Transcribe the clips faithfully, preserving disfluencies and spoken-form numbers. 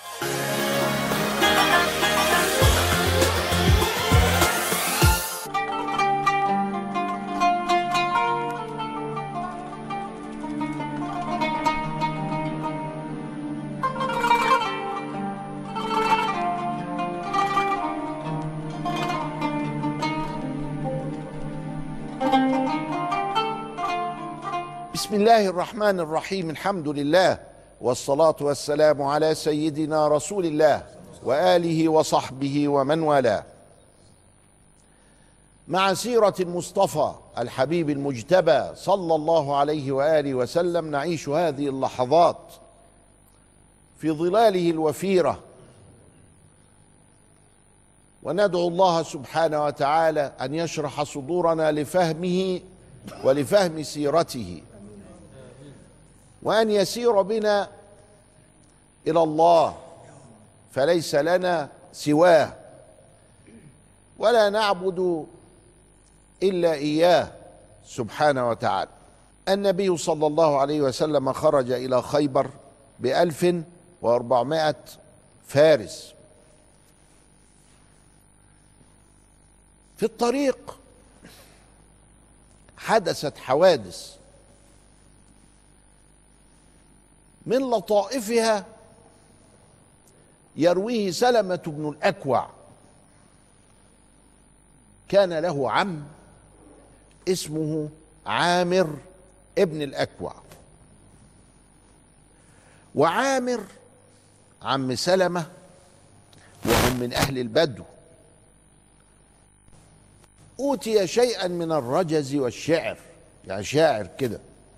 بسم الله الرحمن الرحيم. الحمد لله والصلاة والسلام على سيدنا رسول الله وآله وصحبه ومن والاه. مع سيرة المصطفى الحبيب المجتبى صلى الله عليه وآله وسلم نعيش هذه اللحظات في ظلاله الوفيرة، وندعو الله سبحانه وتعالى أن يشرح صدورنا لفهمه ولفهم سيرته، وأن يسير بنا إلى الله فليس لنا سواه، ولا نعبد إلا إياه سبحانه وتعالى. النبي صلى الله عليه وسلم خرج إلى خيبر بألف وأربعمائة فارس. في الطريق حدثت حوادث من لطائفها يرويه سلمة بن الأكوع. كان له عم اسمه عامر ابن الأكوع، وعامر عم سلمة وهم من أهل البدو، أوتي شيئا من الرجز والشعر، يعني شاعر كده.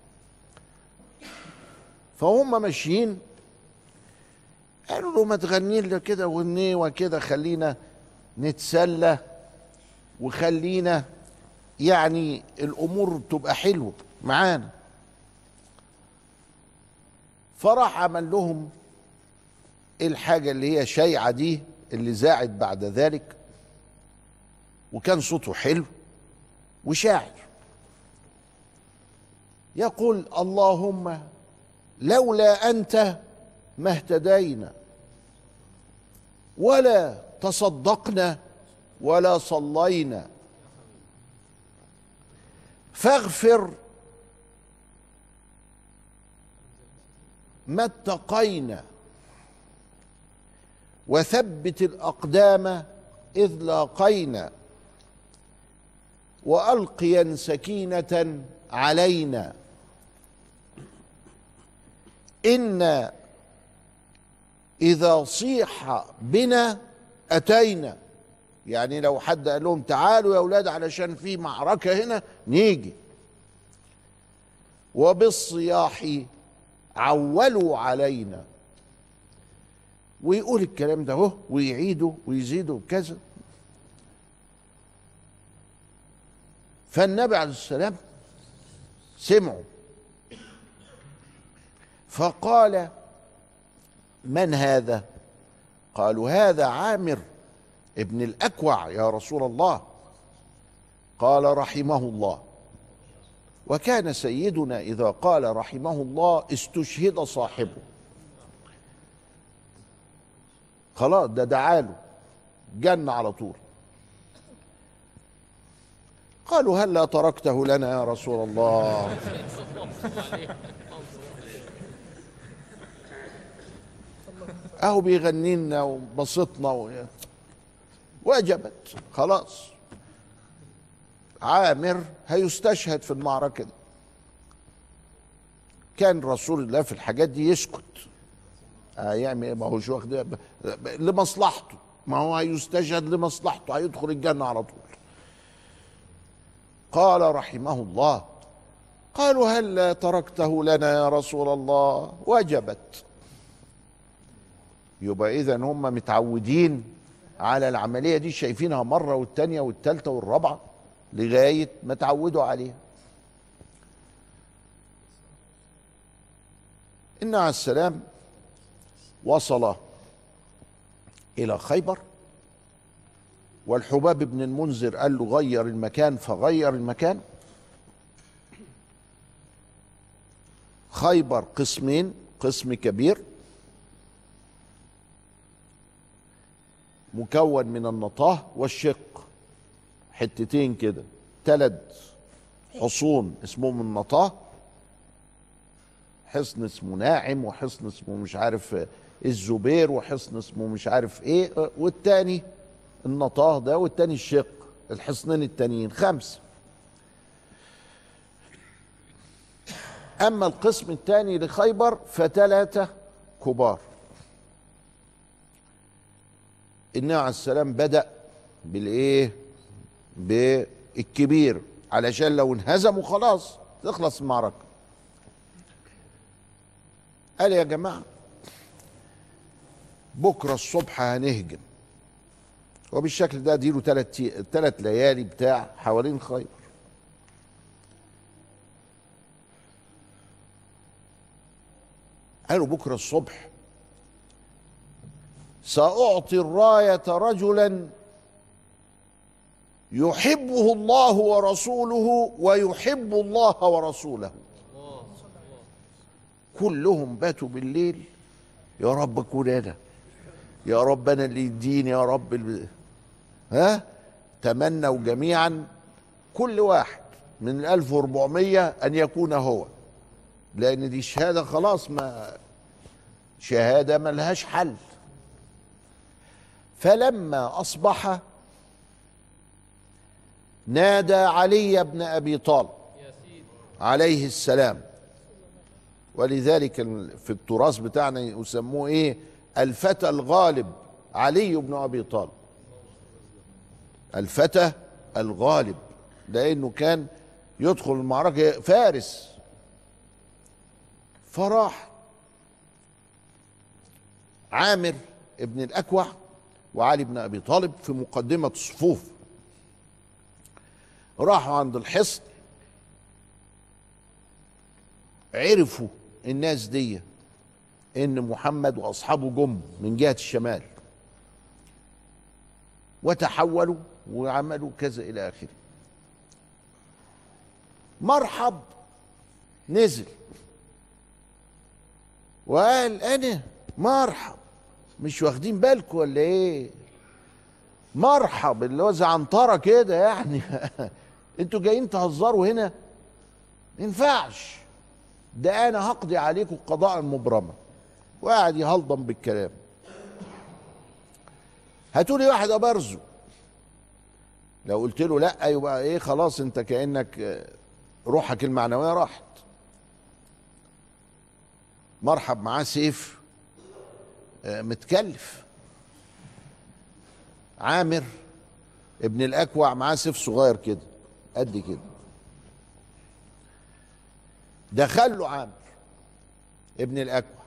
فهم ماشيين قالوا له ما تغني لنا كده ونيه وكده، خلينا نتسلى وخلينا يعني الامور تبقى حلوه معانا. فراح عمل لهم الحاجه اللي هي شيعه دي اللي زاعت بعد ذلك، وكان صوته حلو وشاعر يقول: اللهم لولا أنت ما اهتدينا ولا تصدقنا ولا صلينا، فاغفر ما اتقينا وثبت الأقدام إذ لاقينا، وألقيا سكينة علينا، إن إذا صيح بنا أتينا. يعني لو حد قال لهم تعالوا يا أولاد علشان في معركة هنا نيجي. وبالصياح عولوا علينا، ويقول الكلام ده اهو ويعيدوا ويزيدوا كذا. فالنبي عليه السلام سمعوا فقال: من هذا؟ قالوا: هذا عامر ابن الأكوع يا رسول الله. قال: رحمه الله. وكان سيدنا إذا قال رحمه الله استشهد صاحبه، خلاص ده دعاله جنة على طول. قالوا: هل لا تركته لنا يا رسول الله؟ اهو بيغني لنا وبسطنا و... وجبت خلاص، عامر هيستشهد في المعركة دي. كان رسول الله في الحاجات دي يسكت، هيعمل ايه؟ ما هوش واخد لمصلحته، ما هو هيستشهد لمصلحته، هيدخل الجنة على طول. قال رحمه الله: قالوا: هل لا تركته لنا يا رسول الله؟ وجبت. يبقى إذا هم متعودين على العملية دي، شايفينها مرة والتانية والتالتة والرابعة لغاية ما تعودوا عليها. النبي عليه السلام وصل إلى خيبر، والحباب بن المنذر قال له غير المكان، فغير المكان. خيبر قسمين، قسم كبير مكون من النطاه والشق، حتتين كده، ثلاث حصون اسمهم النطاه، حصن اسمه ناعم، وحصن اسمه مش عارف الزبير، وحصن اسمه مش عارف ايه، والتاني النطاه ده، والتاني الشق، الحصنين التانيين خمسه. اما القسم الثاني لخيبر فثلاثه كبار. النبي عليه السلام بدأ بالايه؟ بالكبير، علشان لو انهزموا خلاص تخلص المعركه. قال يا جماعه بكره الصبح هنهجم، وبالشكل ده اديله ثلاث ثلاث ليالي بتاع حوالين خيبر. قالوا بكره الصبح سأعطي الراية رجلا يحبه الله ورسوله ويحب الله ورسوله. كلهم باتوا بالليل يا رب كون انا، يا رب انا اللي يديني، يا رب اللي... ها تمنوا جميعا كل واحد من الألف واربعمية أن يكون هو، لأن دي شهادة خلاص، ما شهادة ما لهاش حل. فلما أصبح نادى علي بن أبي طالب عليه السلام، ولذلك في التراث بتاعنا يسموه ايه؟ الفتى الغالب، علي بن أبي طالب، الفتى الغالب، لأنه كان يدخل المعركة فارس. فراح عامر ابن الأكوع وعلي بن أبي طالب في مقدمة الصفوف، راحوا عند الحصن، عرفوا الناس دي ان محمد واصحابه جم من جهة الشمال، وتحولوا وعملوا كذا الى اخره. مرحب نزل وقال انا مرحب، مش واخدين بالكم ولا ايه؟ مرحب اللي هو زي عنترة كده يعني انتوا جايين تهزروا هنا؟ ما ينفعش، ده انا هقضي عليكم قضاء مبرما. وقعد يهلضم بالكلام. هاتولي واحد ابرزه. لو قلت له لا يبقى ايه؟ خلاص انت كأنك روحك المعنوية راحت. مرحب معاه سيف متكلف. عامر ابن الأكوع معاه سيف صغير كده قد كده. دخل له عامر ابن الأكوع،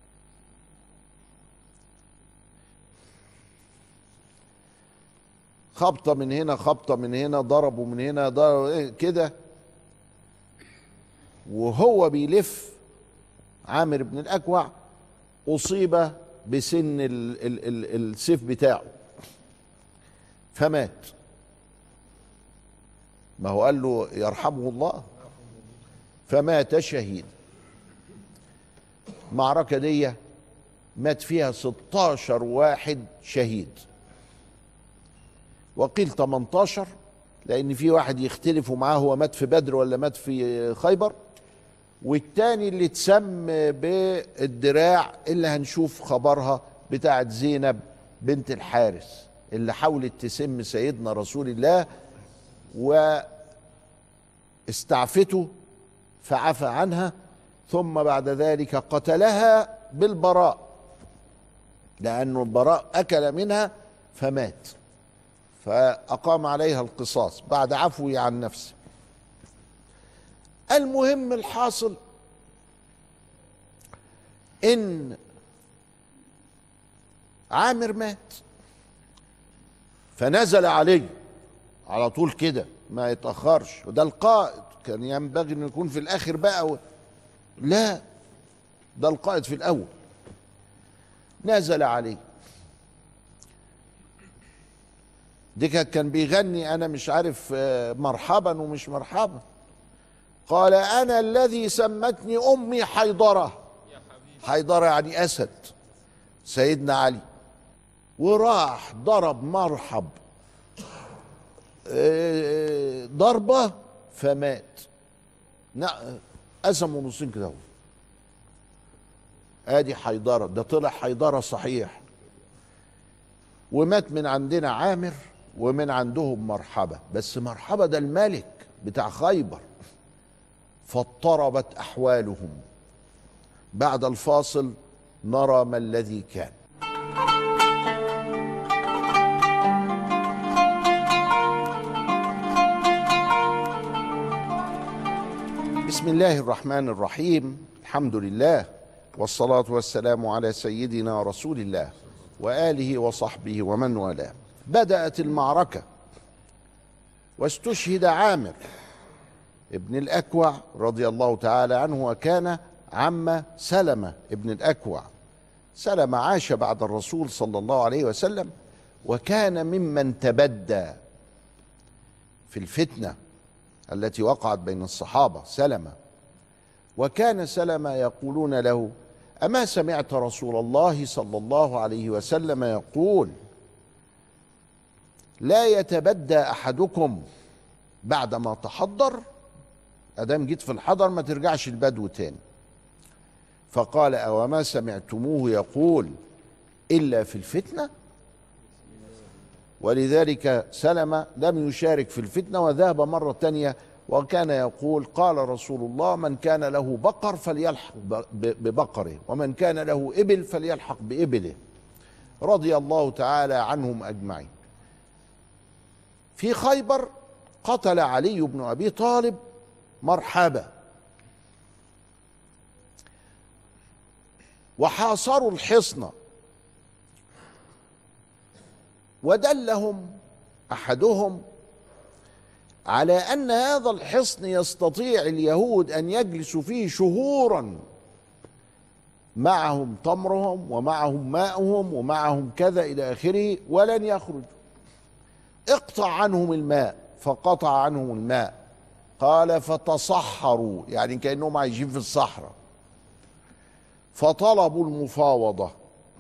خبطة من هنا خبطة من هنا، ضربه من هنا ضرب كده، وهو بيلف عامر بن الأكوع أصيب بسن ال ال ال السيف بتاعه فمات. ما هو قال له يرحمه الله، فمات شهيد. المعركة دي مات فيها ستاشر واحد شهيد، وقيل تمنتاشر، لأن في واحد يختلفوا معاه هو مات في بدر ولا مات في خيبر، والتاني اللي اتسم بالدراع اللي هنشوف خبرها بتاعت زينب بنت الحارث اللي حاولت تسم سيدنا رسول الله واستعفته فعفى عنها، ثم بعد ذلك قتلها بالبراء، لأنه البراء أكل منها فمات، فأقام عليها القصاص بعد عفوه عن نفسه. المهم الحاصل إن عامر مات، فنزل علي على طول كده ما يتأخرش، وده القائد، كان ينبغي انه يكون في الاخر بقى و... لا، ده القائد في الاول. نزل علي، دي كان بيغني انا مش عارف مرحبا ومش مرحبا، قال انا الذي سمتني امي حيدرة. حيدرة يعني اسد سيدنا علي، وراح ضرب مرحب ضربة فمات، قسموا نصين كده. ادي حيدرة، ده طلع حيدرة صحيح. ومات من عندنا عامر ومن عندهم مرحبة، بس مرحبة ده الملك بتاع خيبر. فاضطربت أحوالهم. بعد الفاصل نرى ما الذي كان. بسم الله الرحمن الرحيم. الحمد لله والصلاة والسلام على سيدنا رسول الله وآله وصحبه ومن والاه. بدأت المعركة واستشهد عامر ابن الأكوع رضي الله تعالى عنه، وكان عم سلمة ابن الأكوع. سلمة عاش بعد الرسول صلى الله عليه وسلم، وكان ممن تبدى في الفتنة التي وقعت بين الصحابة سلمة. وكان سلمة يقولون له: أما سمعت رسول الله صلى الله عليه وسلم يقول: لا يتبدى أحدكم بعدما تحضر؟ أدام جيت في الحضر ما ترجعش البدو تاني. فقال: أوما سمعتموه يقول إلا في الفتنة؟ ولذلك سلمة لم يشارك في الفتنة وذهب مرة تانية، وكان يقول: قال رسول الله: من كان له بقر فليلحق ببقره، ومن كان له إبل فليلحق بإبله، رضي الله تعالى عنهم أجمعين. في خيبر قتل علي بن أبي طالب مرحبا، وحاصروا الحصن، ودلهم أحدهم على أن هذا الحصن يستطيع اليهود أن يجلسوا فيه شهورا، معهم تمرهم ومعهم ماءهم ومعهم كذا إلى آخره، ولن يخرجوا. اقطع عنهم الماء، فقطع عنهم الماء. قال: فتصحروا، يعني كأنهم عايشين في الصحراء. فطلبوا المفاوضة.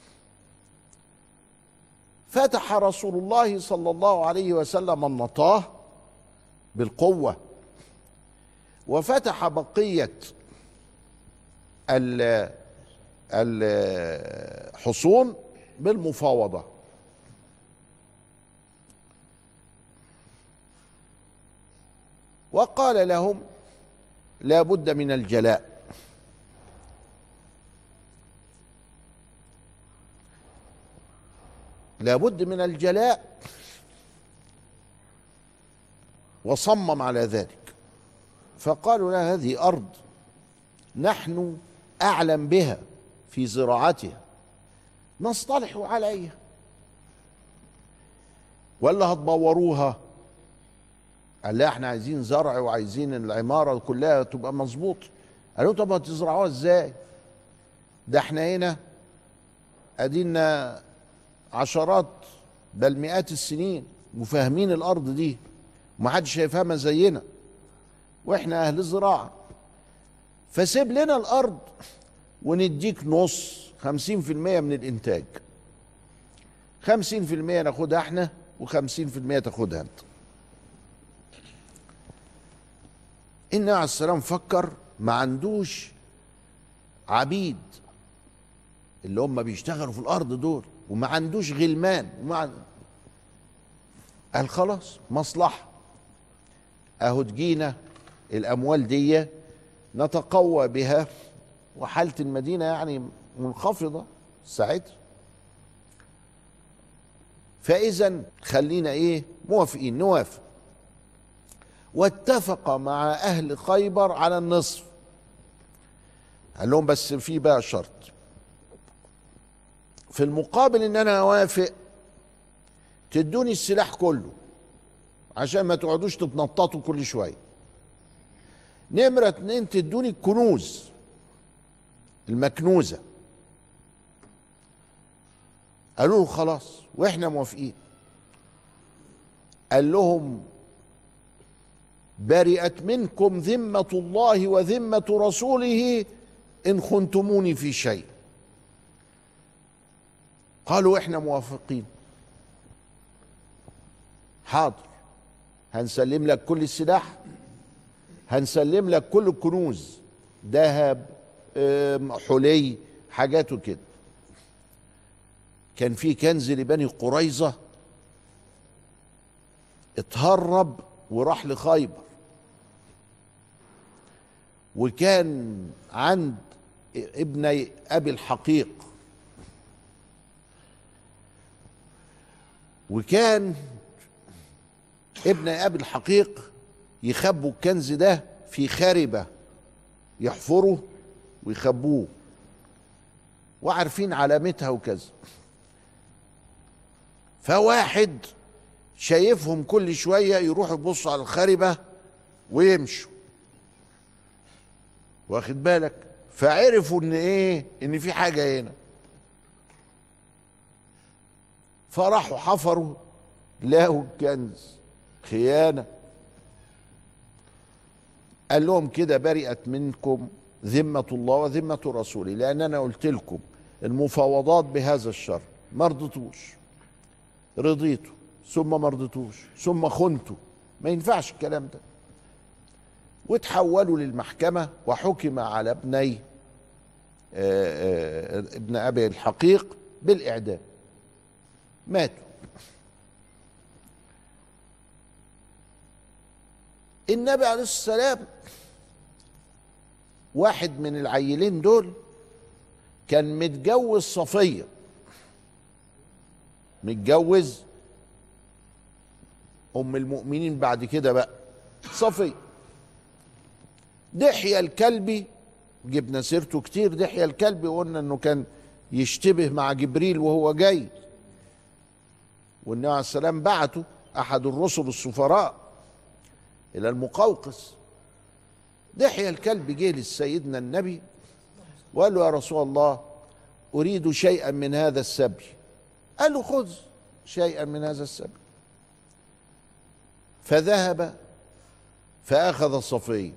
فتح رسول الله صلى الله عليه وسلم النطاه بالقوة، وفتح بقية الحصون بالمفاوضة. وقال لهم: لا بد من الجلاء. لا بد من الجلاء، وصمم على ذلك. فقالوا له: هذه أرض نحن أعلم بها في زراعتها، نصطلح عليها، ولا هتبوروها؟ قال: لا، احنا عايزين زرع وعايزين العمارة كلها تبقى مظبوط. قالوا: طب هتزرعوها ازاي؟ ده احنا هنا ادينا عشرات بل مئات السنين وفاهمين الارض دي، ومحدش هيفهمها زينا، واحنا اهل الزراعة. فسيب لنا الارض ونديك نص، خمسين في المية من الانتاج، خمسين في المية ناخدها احنا وخمسين في المية تاخدها انت. النبي عليه السلام فكر، ما عندوش عبيد اللي هم بيشتغلوا في الارض دول، وما عندوش غلمان، وما قال: خلاص، مصلحة، اهو تجينا الاموال دي نتقوى بها، وحالة المدينة يعني منخفضة ساعتها، فاذا خلينا ايه موافقين، نوافق. واتفق مع اهل خيبر على النصف. قال لهم: بس في بقى شرط، في المقابل ان انا اوافق تدوني السلاح كله عشان ما تقعدوش تتنططوا كل شويه. نمره اتنين، تدوني الكنوز المكنوزه. قالوا له: خلاص واحنا موافقين. قال لهم: برئت منكم ذمة الله وذمة رسوله إن خنتموني في شيء. قالوا احنا موافقين. حاضر، هنسلم لك كل السلاح، هنسلم لك كل الكنوز، ذهب، حلي، حاجاته كده. كان في كنز لبني قريظة اتهرب وراح لخيبر، وكان عند ابني أبي الحقيق، وكان ابن أبي الحقيق يخبوا الكنز ده في خاربة، يحفروا ويخبوه وعارفين علامتها وكذا. فواحد شايفهم كل شوية يروحوا يبصوا على الخاربة ويمشوا، واخد بالك؟ فعرفوا ان ايه، ان في حاجة هنا، فراحوا حفروا لقوا الكنز. خيانة. قال لهم كده برئت منكم ذمة الله وذمة رسوله، لأن أنا قلت لكم المفاوضات بهذا الشر، ما رضيتوش، رضيتوا ثم ما رضيتوش ثم خنتوا، ما ينفعش الكلام ده. وتحولوا للمحكمة وحكم على ابني ابن أبي الحقيق بالإعدام، ماتوا. النبي عليه السلام واحد من العيلين دول كان متجوز صفية، متجوز أم المؤمنين بعد كده بقى صفية. دحية الكلبي جبنا سيرته كتير، دحية الكلبي قلنا انه كان يشتبه مع جبريل وهو جاي، والنبي عليه السلام بعته احد الرسل السفراء الى المقوقس. دحية الكلبي جه لسيدنا النبي وقال له يا رسول الله اريد شيئا من هذا السبي. قال له خذ شيئا من هذا السبي. فذهب فاخذ صفية.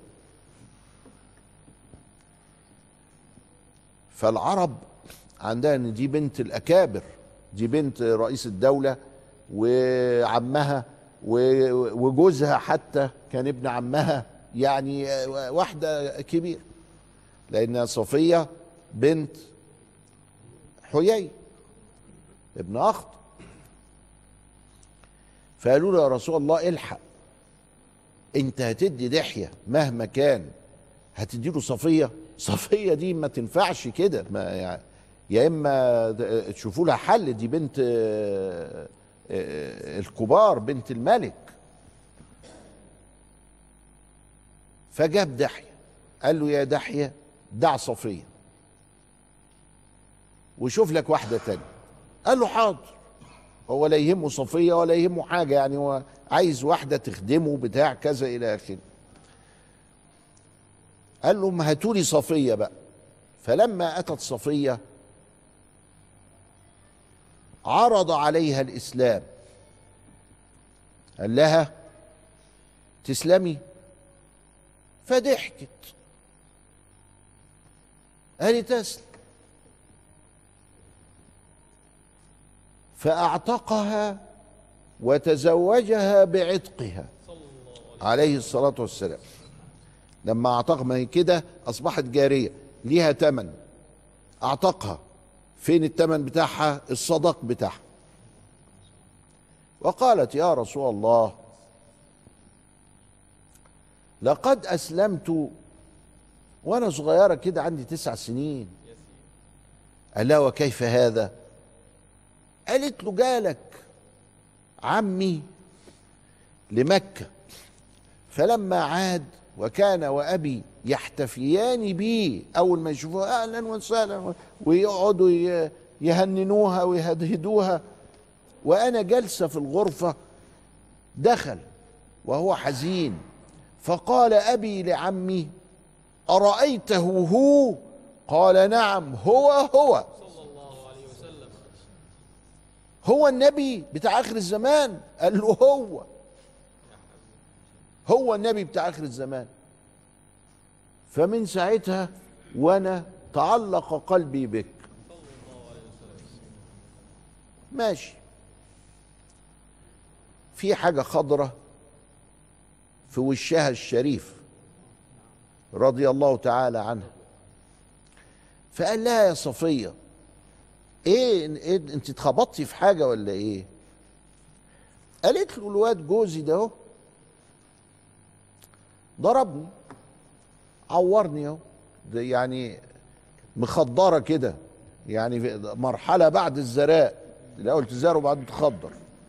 فالعرب عندها ان دي بنت الاكابر، دي بنت رئيس الدولة وعمها وجوزها حتى كان ابن عمها، يعني واحدة كبيرة، لأن صفية بنت حيي ابن أخت. فقالوا له يا رسول الله الحق، انت هتدي دحية مهما كان هتدي له صفية؟ صفية دي ما تنفعش كده، ما يعني يا اما تشوفوا لها حل، دي بنت الكبار، بنت الملك. فجاب دحية قال له يا دحية دع صفية وشوف لك واحدة تانية. قال له حاضر، هو لا يهمه صفية ولا يهمه حاجة، يعني هو عايز واحدة تخدمه بتاع كذا إلى آخره. قال له ما هاتولي صفية بقى. فلما أتت صفية عرض عليها الإسلام، قال لها تسلمي؟ فضحكت قالت تسلم. فأعتقها وتزوجها بعتقها عليه الصلاة والسلام. لما أعتق، ما هي كده أصبحت جارية ليها تمن، أعتقها. فين التمن بتاعها؟ الصداق بتاعها. وقالت يا رسول الله لقد أسلمت وأنا صغيرة كده عندي تسع سنين. قال لها وكيف هذا؟ قالت له جالك عمي لمكة، فلما عاد وكان وأبي يحتفيان بي، أول ما يشوفوها أهلا وسهلا ويقعدوا يهننوها ويهدهدوها، وأنا جالسة في الغرفة دخل وهو حزين، فقال أبي لعمي أرأيته هو؟ قال نعم هو هو هو النبي بتاع آخر الزمان. قال له هو هو النبي بتاع آخر الزمان. فمن ساعتها وأنا تعلق قلبي بك. ماشي، في حاجة خضرة في وشها الشريف رضي الله تعالى عنها، فقال لها يا صفية ايه, إيه انت اتخبطتي في حاجة ولا ايه؟ قالت له الواد جوزي ده اهو ضربني عورني اهو، يعني مخدرة كده، يعني مرحلة بعد الزراء، الأول تزار وبعدين تخدر.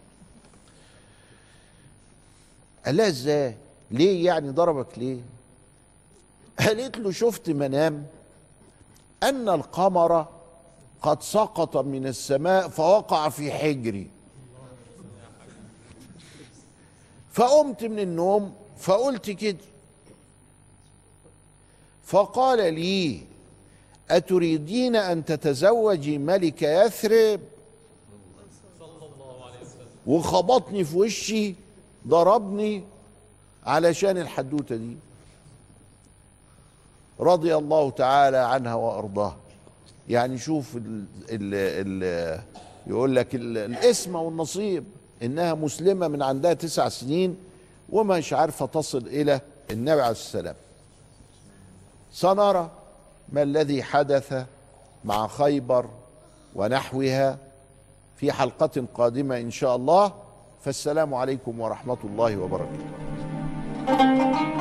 قال لها ازاي؟ ليه يعني ضربك ليه؟ قالت له شفت منام أن القمر قد سقط من السماء فوقع في حجري، فقمت من النوم فقلت كده، فقال لي أتريدين أن تتزوجي ملك يثرب؟ وخبطني في وشي، ضربني علشان الحدوتة دي، رضي الله تعالى عنها وأرضاها. يعني شوف ال ال ال يقول لك الاسم والنصيب، إنها مسلمة من عندها تسع سنين ومش عارفة تصل إلى النبي عليه السلام. سنرى ما الذي حدث مع خيبر ونحوها في حلقة قادمة إن شاء الله، فالسلام عليكم ورحمة الله وبركاته.